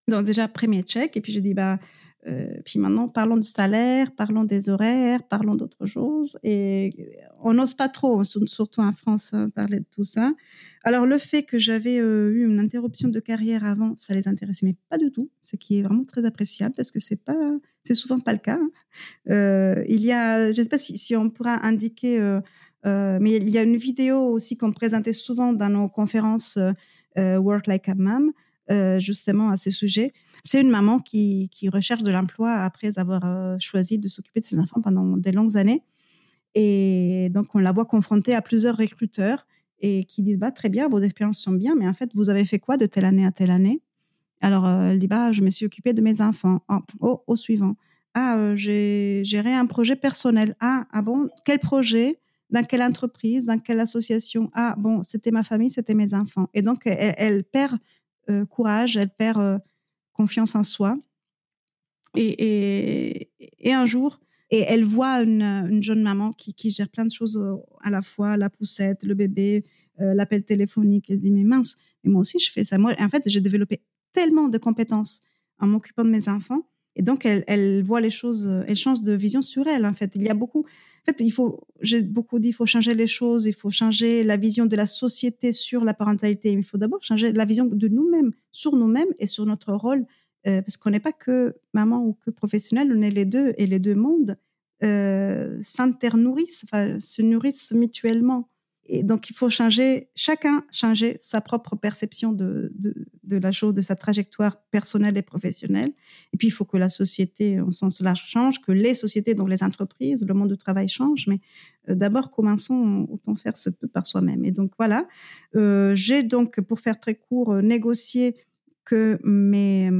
Donc déjà, premier check. Et puis j'ai dit, bah, euh, puis maintenant, parlons du salaire, parlons des horaires, parlons d'autres choses. Et on n'ose pas trop, surtout en France, hein, parler de tout ça. Alors le fait que j'avais euh, eu une interruption de carrière avant, ça les intéressait mais pas du tout, ce qui est vraiment très appréciable parce que c'est pas, c'est souvent pas le cas. Hein. Euh, il y a, je ne sais pas si, si on pourra indiquer, euh, euh, mais il y a une vidéo aussi qu'on présentait souvent dans nos conférences euh, Work Like a Mom, euh, justement à ces sujets. C'est une maman qui, qui recherche de l'emploi après avoir euh, choisi de s'occuper de ses enfants pendant des longues années. Et donc, on la voit confrontée à plusieurs recruteurs et qui disent bah, très bien, vos expériences sont bien, mais en fait, vous avez fait quoi de telle année à telle année? Alors, euh, elle dit bah, je me suis occupée de mes enfants. Oh, oh, au suivant. Ah, euh, j'ai géré un projet personnel. Ah, ah bon, quel projet? Dans quelle entreprise? Dans quelle association? Ah, bon, c'était ma famille, c'était mes enfants. Et donc, elle, elle perd euh, courage, elle perd euh, confiance en soi. Et, et, et un jour, et elle voit une, une jeune maman qui, qui gère plein de choses à la fois, la poussette, le bébé, euh, l'appel téléphonique. Elle se dit, mais mince, mais moi aussi je fais ça. Moi, en fait, j'ai développé tellement de compétences en m'occupant de mes enfants. Et donc, elle, elle voit les choses, elle change de vision sur elle, en fait. Il y a beaucoup, en fait, il faut, j'ai beaucoup dit, il faut changer les choses, il faut changer la vision de la société sur la parentalité. Il faut d'abord changer la vision de nous-mêmes, sur nous-mêmes et sur notre rôle euh, parce qu'on n'est pas que maman ou que professionnel, on est les deux et les deux mondes euh, s'internourrissent, enfin, se nourrissent mutuellement. Et donc, il faut changer, chacun changer sa propre perception de, de, de la chose, de sa trajectoire personnelle et professionnelle. Et puis, il faut que la société, en sens large, change, que les sociétés, donc les entreprises, le monde du travail change. Mais euh, d'abord, commençons autant faire ce peu par soi-même. Et donc, voilà. Euh, j'ai donc, pour faire très court, négocié que mes,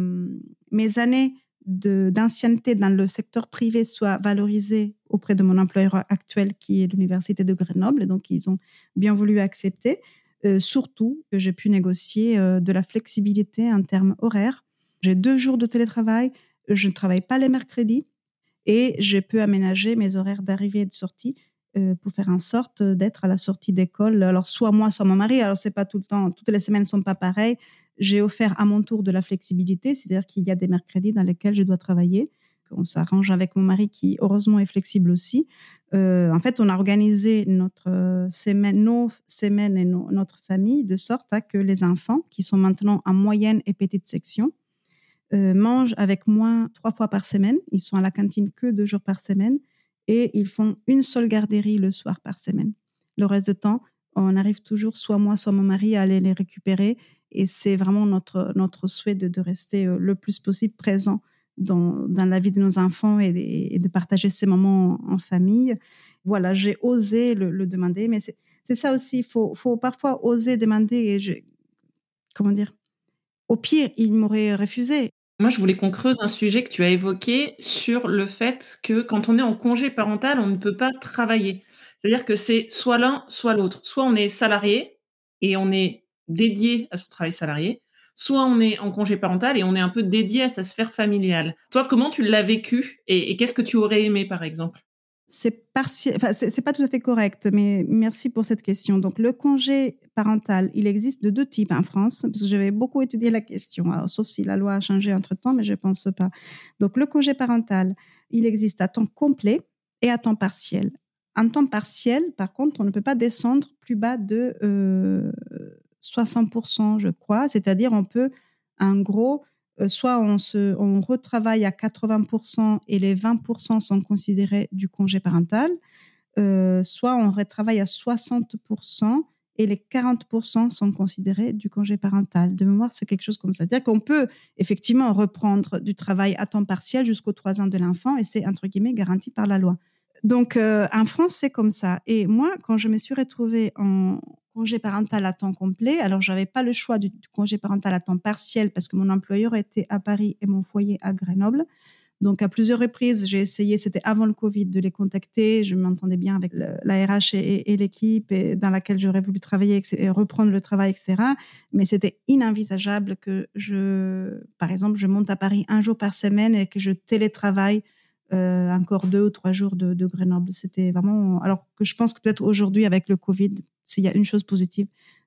mes années de, d'ancienneté dans le secteur privé soient valorisées auprès de mon employeur actuel qui est l'Université de Grenoble. Et donc, ils ont bien voulu accepter. Euh, surtout que j'ai pu négocier euh, de la flexibilité en termes horaires. J'ai deux jours de télétravail, je ne travaille pas les mercredis et je peux aménager mes horaires d'arrivée et de sortie euh, pour faire en sorte d'être à la sortie d'école. Alors, soit moi, soit mon mari. Alors, c'est pas tout le temps, toutes les semaines ne sont pas pareilles. J'ai offert à mon tour de la flexibilité, c'est-à-dire qu'il y a des mercredis dans lesquels je dois travailler. On s'arrange avec mon mari qui, heureusement, est flexible aussi. Euh, en fait, on a organisé notre semaine, nos semaines et nos, notre famille de sorte à que les enfants, qui sont maintenant en moyenne et petite section, euh, mangent avec moi trois fois par semaine. Ils sont à la cantine que deux jours par semaine et ils font une seule garderie le soir par semaine. Le reste du temps, on arrive toujours, soit moi, soit mon mari, à aller les récupérer. Et c'est vraiment notre, notre souhait de, de rester le plus possible présent dans, dans la vie de nos enfants et, et de partager ces moments en, en famille. Voilà, j'ai osé le, le demander, mais c'est, c'est ça aussi, il faut, faut parfois oser demander. Et je, comment dire, au pire, il m'aurait refusé. Moi, je voulais qu'on creuse un sujet que tu as évoqué sur le fait que quand on est en congé parental, on ne peut pas travailler. C'est-à-dire que c'est soit l'un, soit l'autre. Soit on est salarié et on est dédié à son travail salarié, soit on est en congé parental et on est un peu dédié à sa sphère familiale. Toi, comment tu l'as vécu et, et qu'est-ce que tu aurais aimé, par exemple? C'est partiel, enfin, c'est, c'est pas tout à fait correct, mais merci pour cette question. Donc, le congé parental, il existe de deux types en France, parce que j'avais beaucoup étudié la question, alors, sauf si la loi a changé entre-temps, mais je pense pas. Donc, le congé parental, il existe à temps complet et à temps partiel. En temps partiel, par contre, on ne peut pas descendre plus bas de euh, soixante pour cent, je crois, c'est-à-dire on peut, en gros, euh, soit on, se, on retravaille à quatre-vingts pour cent et les vingt pour cent sont considérés du congé parental, euh, soit on retravaille à soixante pour cent et les quarante pour cent sont considérés du congé parental. De mémoire, c'est quelque chose comme ça. C'est-à-dire qu'on peut effectivement reprendre du travail à temps partiel jusqu'aux trois ans de l'enfant et c'est, entre guillemets, garanti par la loi. Donc, euh, en France, c'est comme ça. Et moi, quand je me suis retrouvée en congé parental à temps complet, alors je n'avais pas le choix du, du congé parental à temps partiel parce que mon employeur était à Paris et mon foyer à Grenoble. Donc, à plusieurs reprises, j'ai essayé, c'était avant le Covid, de les contacter. Je m'entendais bien avec le, la R H et, et l'équipe et dans laquelle j'aurais voulu travailler et reprendre le travail, et cetera. Mais c'était inenvisageable que je, par exemple, je monte à Paris un jour par semaine et que je télétravaille euh, encore deux ou trois jours de, de Grenoble. C'était vraiment... Alors que je pense que peut-être aujourd'hui, avec le Covid, s'il y a une chose positive,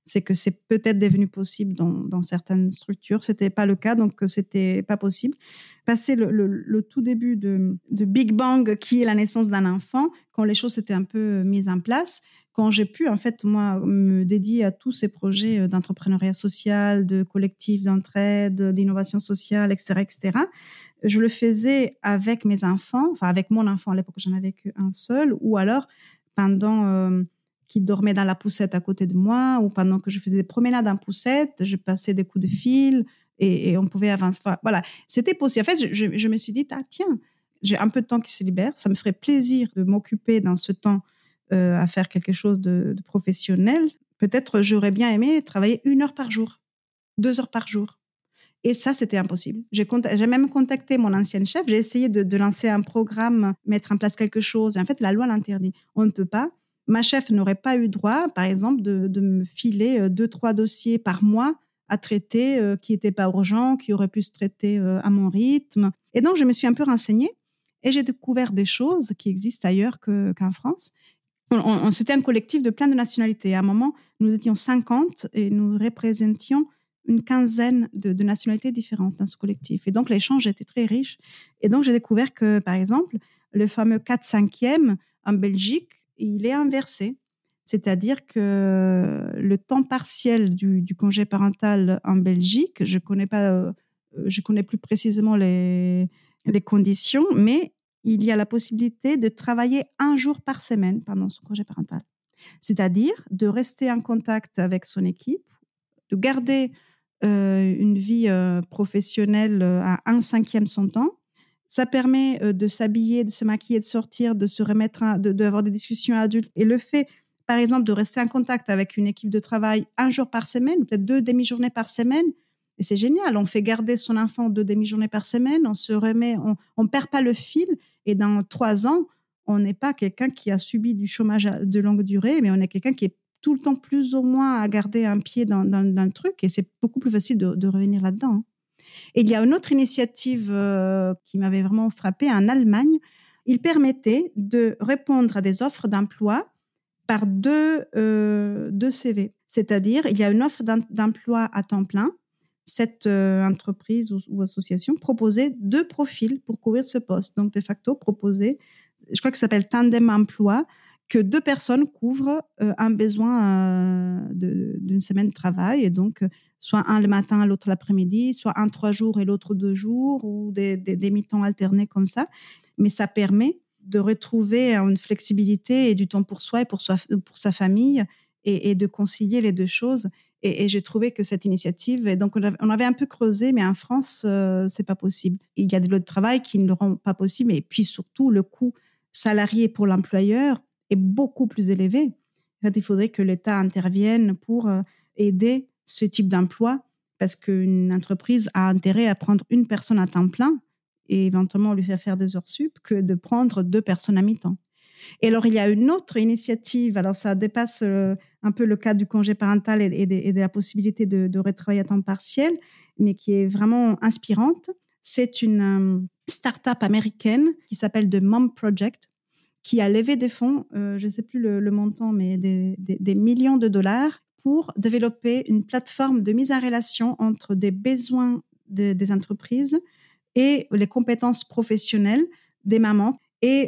c'est que c'est peut-être devenu possible dans, dans certaines structures. C'était pas le cas, donc c'était pas possible. Passé le, le, le tout début de, de Big Bang, qui est la naissance d'un enfant, quand les choses s'étaient un peu mises en place, quand j'ai pu, en fait, moi, me dédier à tous ces projets d'entrepreneuriat social, de collectifs d'entraide, d'innovation sociale, et cetera, et cetera, je le faisais avec mes enfants, enfin avec mon enfant, à l'époque, j'en avais qu'un seul, ou alors pendant euh, qu'il dormait dans la poussette à côté de moi, ou pendant que je faisais des promenades en poussette, je passais des coups de fil et, et on pouvait avancer. Enfin, voilà, c'était possible. En fait, je, je, je me suis dit, ah, tiens, j'ai un peu de temps qui se libère, ça me ferait plaisir de m'occuper dans ce temps euh, à faire quelque chose de, de professionnel. Peut-être j'aurais bien aimé travailler une heure par jour, deux heures par jour. Et ça, c'était impossible. J'ai, cont- j'ai même contacté mon ancienne chef. J'ai essayé de, de lancer un programme, mettre en place quelque chose. Et en fait, la loi l'interdit. On ne peut pas. Ma chef n'aurait pas eu droit, par exemple, de, de me filer deux, trois dossiers par mois à traiter euh, qui n'étaient pas urgents, qui auraient pu se traiter euh, à mon rythme. Et donc, je me suis un peu renseignée et j'ai découvert des choses qui existent ailleurs que, qu'en France. On, on, c'était un collectif de plein de nationalités. À un moment, nous étions cinquante et nous représentions une quinzaine de, de nationalités différentes dans ce collectif. Et donc, l'échange était très riche. Et donc, j'ai découvert que, par exemple, le fameux quatre cinquième en Belgique, il est inversé. C'est-à-dire que le temps partiel du, du congé parental en Belgique, je connais pas, euh, je connais plus précisément les, les conditions, mais il y a la possibilité de travailler un jour par semaine pendant son congé parental. C'est-à-dire de rester en contact avec son équipe, de garder euh, une vie euh, professionnelle à un cinquième son temps. Ça permet euh, de s'habiller, de se maquiller, de sortir, de se remettre, à, de, d'avoir des discussions adultes. Et le fait, par exemple, de rester en contact avec une équipe de travail un jour par semaine, peut-être deux demi-journées par semaine, et c'est génial. On fait garder son enfant deux demi-journées par semaine, on se remet, on ne perd pas le fil. Et dans trois ans, on n'est pas quelqu'un qui a subi du chômage de longue durée, mais on est quelqu'un qui est tout le temps plus ou moins à garder un pied dans, dans, dans le truc, et c'est beaucoup plus facile de, de revenir là-dedans. Et il y a une autre initiative euh, qui m'avait vraiment frappée en Allemagne. Il permettait de répondre à des offres d'emploi par deux, euh, deux C V. C'est-à-dire, il y a une offre d'emploi à temps plein. Cette euh, entreprise ou, ou association proposait deux profils pour couvrir ce poste. Donc, de facto, proposait, je crois que ça s'appelle Tandem Emploi, que deux personnes couvrent euh, un besoin euh, de, d'une semaine de travail. Et donc, euh, soit un le matin, l'autre l'après-midi, soit un trois jours et l'autre deux jours, ou des, des, des mi-temps alternés comme ça. Mais ça permet de retrouver une flexibilité et du temps pour soi et pour, soi, pour sa famille, et, et de concilier les deux choses. Et, et j'ai trouvé que cette initiative, et donc on avait, on avait un peu creusé, mais en France, euh, c'est pas possible. Il y a des lois de travail qui ne le rendent pas possible, et puis surtout, le coût salarié pour l'employeur est beaucoup plus élevé. En fait, il faudrait que l'État intervienne pour euh, aider ce type d'emploi, parce qu'une entreprise a intérêt à prendre une personne à temps plein et éventuellement lui faire faire des heures sup, que de prendre deux personnes à mi-temps. Et alors, il y a une autre initiative, alors ça dépasse euh, un peu le cadre du congé parental et, et, de, et de la possibilité de, de retravailler à temps partiel, mais qui est vraiment inspirante. C'est une euh, start-up américaine qui s'appelle The Mom Project, qui a levé des fonds, euh, je ne sais plus le, le montant, mais des, des, des millions de dollars, pour développer une plateforme de mise en relation entre des besoins de, des entreprises et les compétences professionnelles des mamans. Et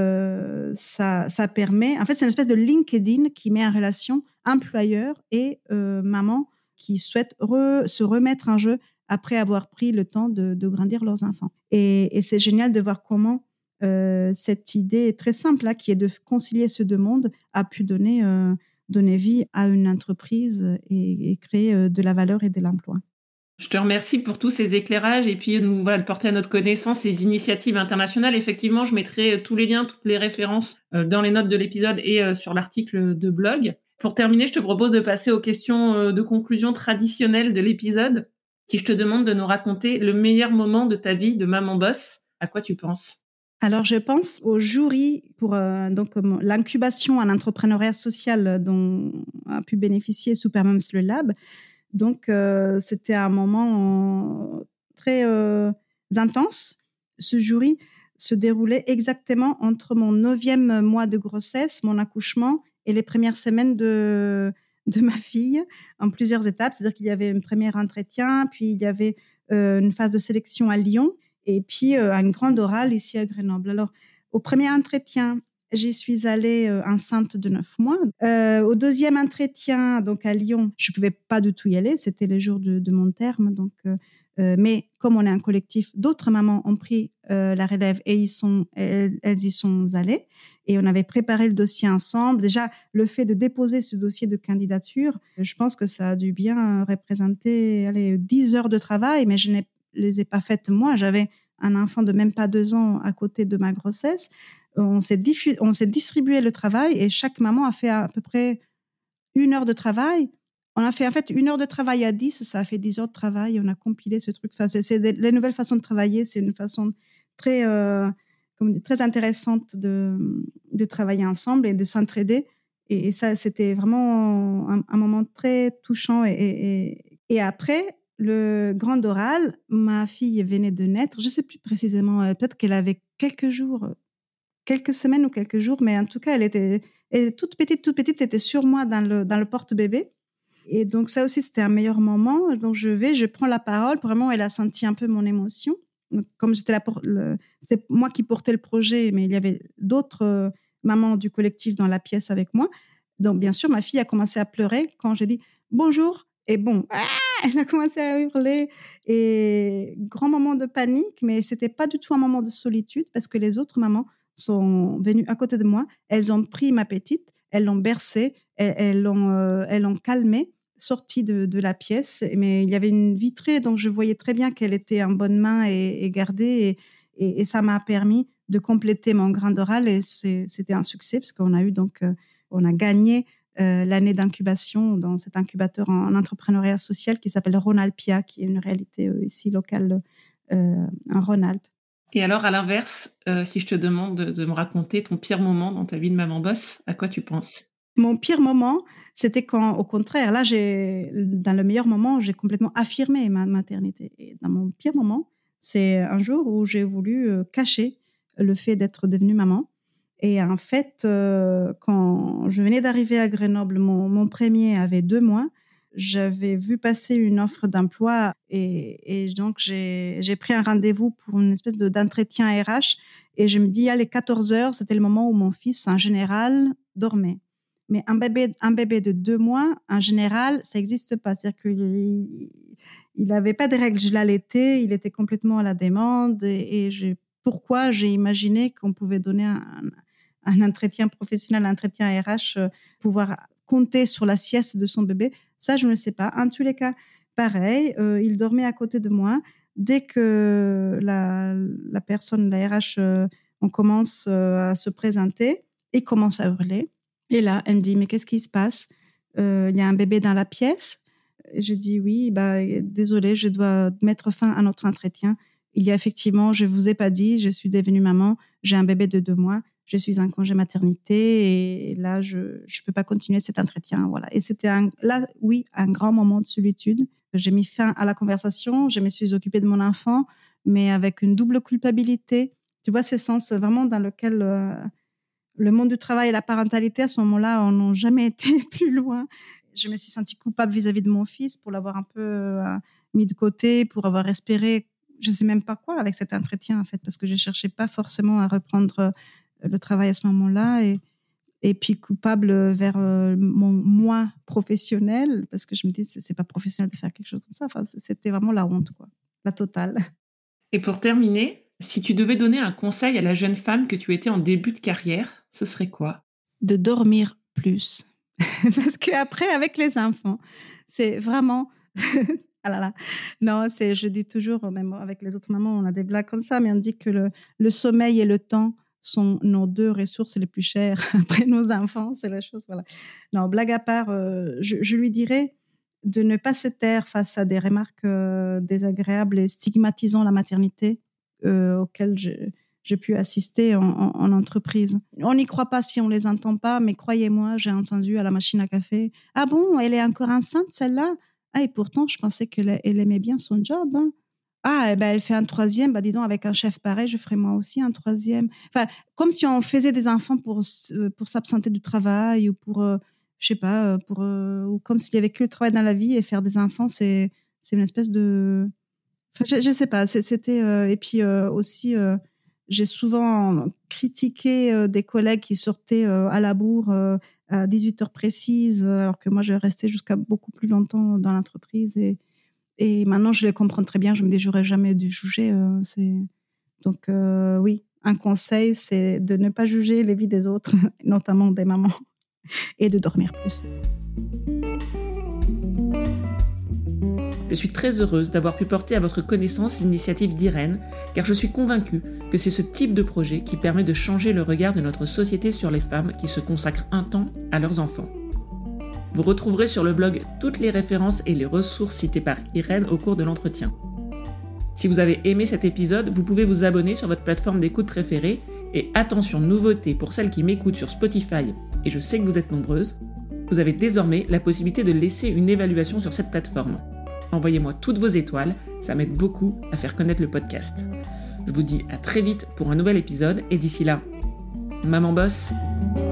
euh, ça, ça permet, en fait, c'est une espèce de LinkedIn qui met en relation employeur et euh, maman qui souhaitent re, se remettre en jeu après avoir pris le temps de, de grandir leurs enfants. Et, et c'est génial de voir comment euh, cette idée très simple, là, qui est de concilier ces deux mondes, a pu donner, euh, donner vie à une entreprise et, et créer euh, de la valeur et de l'emploi. Je te remercie pour tous ces éclairages et puis nous voilà, de porter à notre connaissance ces initiatives internationales. Effectivement, je mettrai tous les liens, toutes les références euh, dans les notes de l'épisode et euh, sur l'article de blog. Pour terminer, je te propose de passer aux questions euh, de conclusion traditionnelles de l'épisode. Si je te demande de nous raconter le meilleur moment de ta vie de maman boss, à quoi tu penses ? Alors, je pense au jury pour euh, donc, euh, l'incubation en entrepreneuriat social dont a pu bénéficier Super Moms le Lab. Donc, euh, c'était un moment très euh, intense. Ce jury se déroulait exactement entre mon neuvième mois de grossesse, mon accouchement, et les premières semaines de, de ma fille en plusieurs étapes. C'est-à-dire qu'il y avait un premier entretien, puis il y avait euh, une phase de sélection à Lyon et puis euh, un grand oral ici à Grenoble. Alors, au premier entretien, j'y suis allée euh, enceinte de neuf mois. Euh, au deuxième entretien, donc à Lyon, je ne pouvais pas du tout y aller. C'était les jours de, de mon terme. Donc, euh, euh, mais comme on est un collectif, d'autres mamans ont pris euh, la relève et ils sont, elles, elles y sont allées. Et on avait préparé le dossier ensemble. Déjà, le fait de déposer ce dossier de candidature, je pense que ça a dû bien représenter allez, dix heures de travail, mais je ne les ai pas faites moi. J'avais un enfant de même pas deux ans à côté de ma grossesse. On s'est, diffu- on s'est distribué le travail et chaque maman a fait à peu près une heure de travail. On a fait en fait une heure de travail à dix, ça a fait dix heures de travail et on a compilé ce truc. Enfin, c'est, c'est des, les nouvelles façons de travailler, c'est une façon très, euh, comme dit, très intéressante de, de travailler ensemble et de s'entraider. Et, et ça, c'était vraiment un, un moment très touchant. Et, et, et après, le grand oral, ma fille venait de naître. Je ne sais plus précisément, euh, peut-être qu'elle avait quelques jours, quelques semaines ou quelques jours, mais en tout cas, elle était, elle était toute petite, toute petite, elle était sur moi dans le, dans le porte-bébé. Et donc, ça aussi, c'était un meilleur moment. Donc, je vais, je prends la parole. Vraiment, elle a senti un peu mon émotion. Donc, comme j'étais là pour le, c'était moi qui portais le projet, mais il y avait d'autres euh, mamans du collectif dans la pièce avec moi. Donc, bien sûr, ma fille a commencé à pleurer quand j'ai dit bonjour. Et bon, ah, elle a commencé à hurler. Et grand moment de panique, mais c'était pas du tout un moment de solitude parce que les autres mamans sont venues à côté de moi. Elles ont pris ma petite, elles l'ont bercée, elles, elles l'ont, euh, elles l'ont calmée, sortie de, de la pièce. Mais il y avait une vitrée, donc je voyais très bien qu'elle était en bonne main et, et gardée. Et, et, et ça m'a permis de compléter mon grand oral et c'est, c'était un succès parce qu'on a eu donc, euh, on a gagné euh, l'année d'incubation dans cet incubateur en, en entrepreneuriat social qui s'appelle Rhône-Alpia, qui est une réalité euh, ici locale euh, en Rhône-Alpes. Et alors, à l'inverse, euh, si je te demande de, de me raconter ton pire moment dans ta vie de maman boss, à quoi tu penses ? Mon pire moment, c'était quand, au contraire, là, j'ai, dans le meilleur moment, j'ai complètement affirmé ma maternité. Et dans mon pire moment, c'est un jour où j'ai voulu euh, cacher le fait d'être devenue maman. Et en fait, euh, quand je venais d'arriver à Grenoble, mon, mon premier avait deux mois, j'avais vu passer une offre d'emploi et, et donc j'ai, j'ai pris un rendez-vous pour une espèce de, d'entretien R H. Et je me dis, allez, quatorze heures, c'était le moment où mon fils, en général, dormait. Mais un bébé, un bébé de deux mois, en général, ça n'existe pas. C'est-à-dire qu'il n'avait pas de règles. Je l'allaitais, il était complètement à la demande. Et, et j'ai, pourquoi j'ai imaginé qu'on pouvait donner un, un entretien professionnel, un entretien R H, euh, pouvoir compter sur la sieste de son bébé, ça, je ne sais pas. En tous les cas, pareil, euh, il dormait à côté de moi. Dès que la, la personne, la R H, euh, on commence euh, à se présenter, il commence à hurler. Et là, elle me dit, mais qu'est-ce qui se passe ? Euh, Il y a un bébé dans la pièce. J'ai dit, oui, bah, désolée, je dois mettre fin à notre entretien. Il y a effectivement, je ne vous ai pas dit, je suis devenue maman, j'ai un bébé de deux mois, je suis en congé maternité et là, je ne peux pas continuer cet entretien. Voilà. Et c'était un, là, oui, un grand moment de solitude. J'ai mis fin à la conversation, je me suis occupée de mon enfant, mais avec une double culpabilité. Tu vois, ce sens vraiment dans lequel... Euh, le monde du travail et la parentalité, à ce moment-là, on n'a jamais été plus loin. Je me suis sentie coupable vis-à-vis de mon fils pour l'avoir un peu euh, mis de côté, pour avoir espéré, je ne sais même pas quoi, avec cet entretien, en fait, parce que je ne cherchais pas forcément à reprendre euh, le travail à ce moment-là. Et, et puis coupable vers euh, mon moi professionnel, parce que je me dis, ce n'est pas professionnel de faire quelque chose comme ça. Enfin, c'était vraiment la honte, quoi, la totale. Et pour terminer, si tu devais donner un conseil à la jeune femme que tu étais en début de carrière, ce serait quoi ? De dormir plus. Parce qu'après, avec les enfants, c'est vraiment... ah là là. Non, c'est, je dis toujours, même avec les autres mamans, on a des blagues comme ça, mais on dit que le, le sommeil et le temps sont nos deux ressources les plus chères. Après nos enfants, c'est la chose, voilà. Non, blague à part, euh, je, je lui dirais de ne pas se taire face à des remarques euh, désagréables et stigmatisant la maternité euh, auxquelles je, j'ai pu assister en, en, en entreprise. On n'y croit pas si on ne les entend pas, mais croyez-moi, j'ai entendu à la machine à café, « Ah bon, elle est encore enceinte, celle-là ?» Ah, et pourtant, je pensais qu'elle elle aimait bien son job. Hein. Ah, eh ben, elle fait un troisième, bah, dis donc, avec un chef pareil, je ferai moi aussi un troisième. Enfin, comme si on faisait des enfants pour, pour s'absenter du travail ou pour... Euh, je sais pas, pour, euh, ou comme s'il y avait que le travail dans la vie et faire des enfants, c'est, c'est une espèce de... Enfin, je, je sais pas, c'était... Euh, et puis euh, aussi, euh, j'ai souvent critiqué euh, des collègues qui sortaient euh, à la bourre euh, à dix-huit heures précises, alors que moi, je restais jusqu'à beaucoup plus longtemps dans l'entreprise. Et, et maintenant, je les comprends très bien. Je me dis, j'aurais jamais dû juger. Euh, c'est... Donc, euh, oui, un conseil, c'est de ne pas juger les vies des autres, notamment des mamans, et de dormir plus. Je suis très heureuse d'avoir pu porter à votre connaissance l'initiative d'Irène, car je suis convaincue que c'est ce type de projet qui permet de changer le regard de notre société sur les femmes qui se consacrent un temps à leurs enfants. Vous retrouverez sur le blog toutes les références et les ressources citées par Irène au cours de l'entretien. Si vous avez aimé cet épisode, vous pouvez vous abonner sur votre plateforme d'écoute préférée et attention, nouveauté pour celles qui m'écoutent sur Spotify, et je sais que vous êtes nombreuses, vous avez désormais la possibilité de laisser une évaluation sur cette plateforme. Envoyez-moi toutes vos étoiles, ça m'aide beaucoup à faire connaître le podcast. Je vous dis à très vite pour un nouvel épisode et d'ici là, Maman Boss!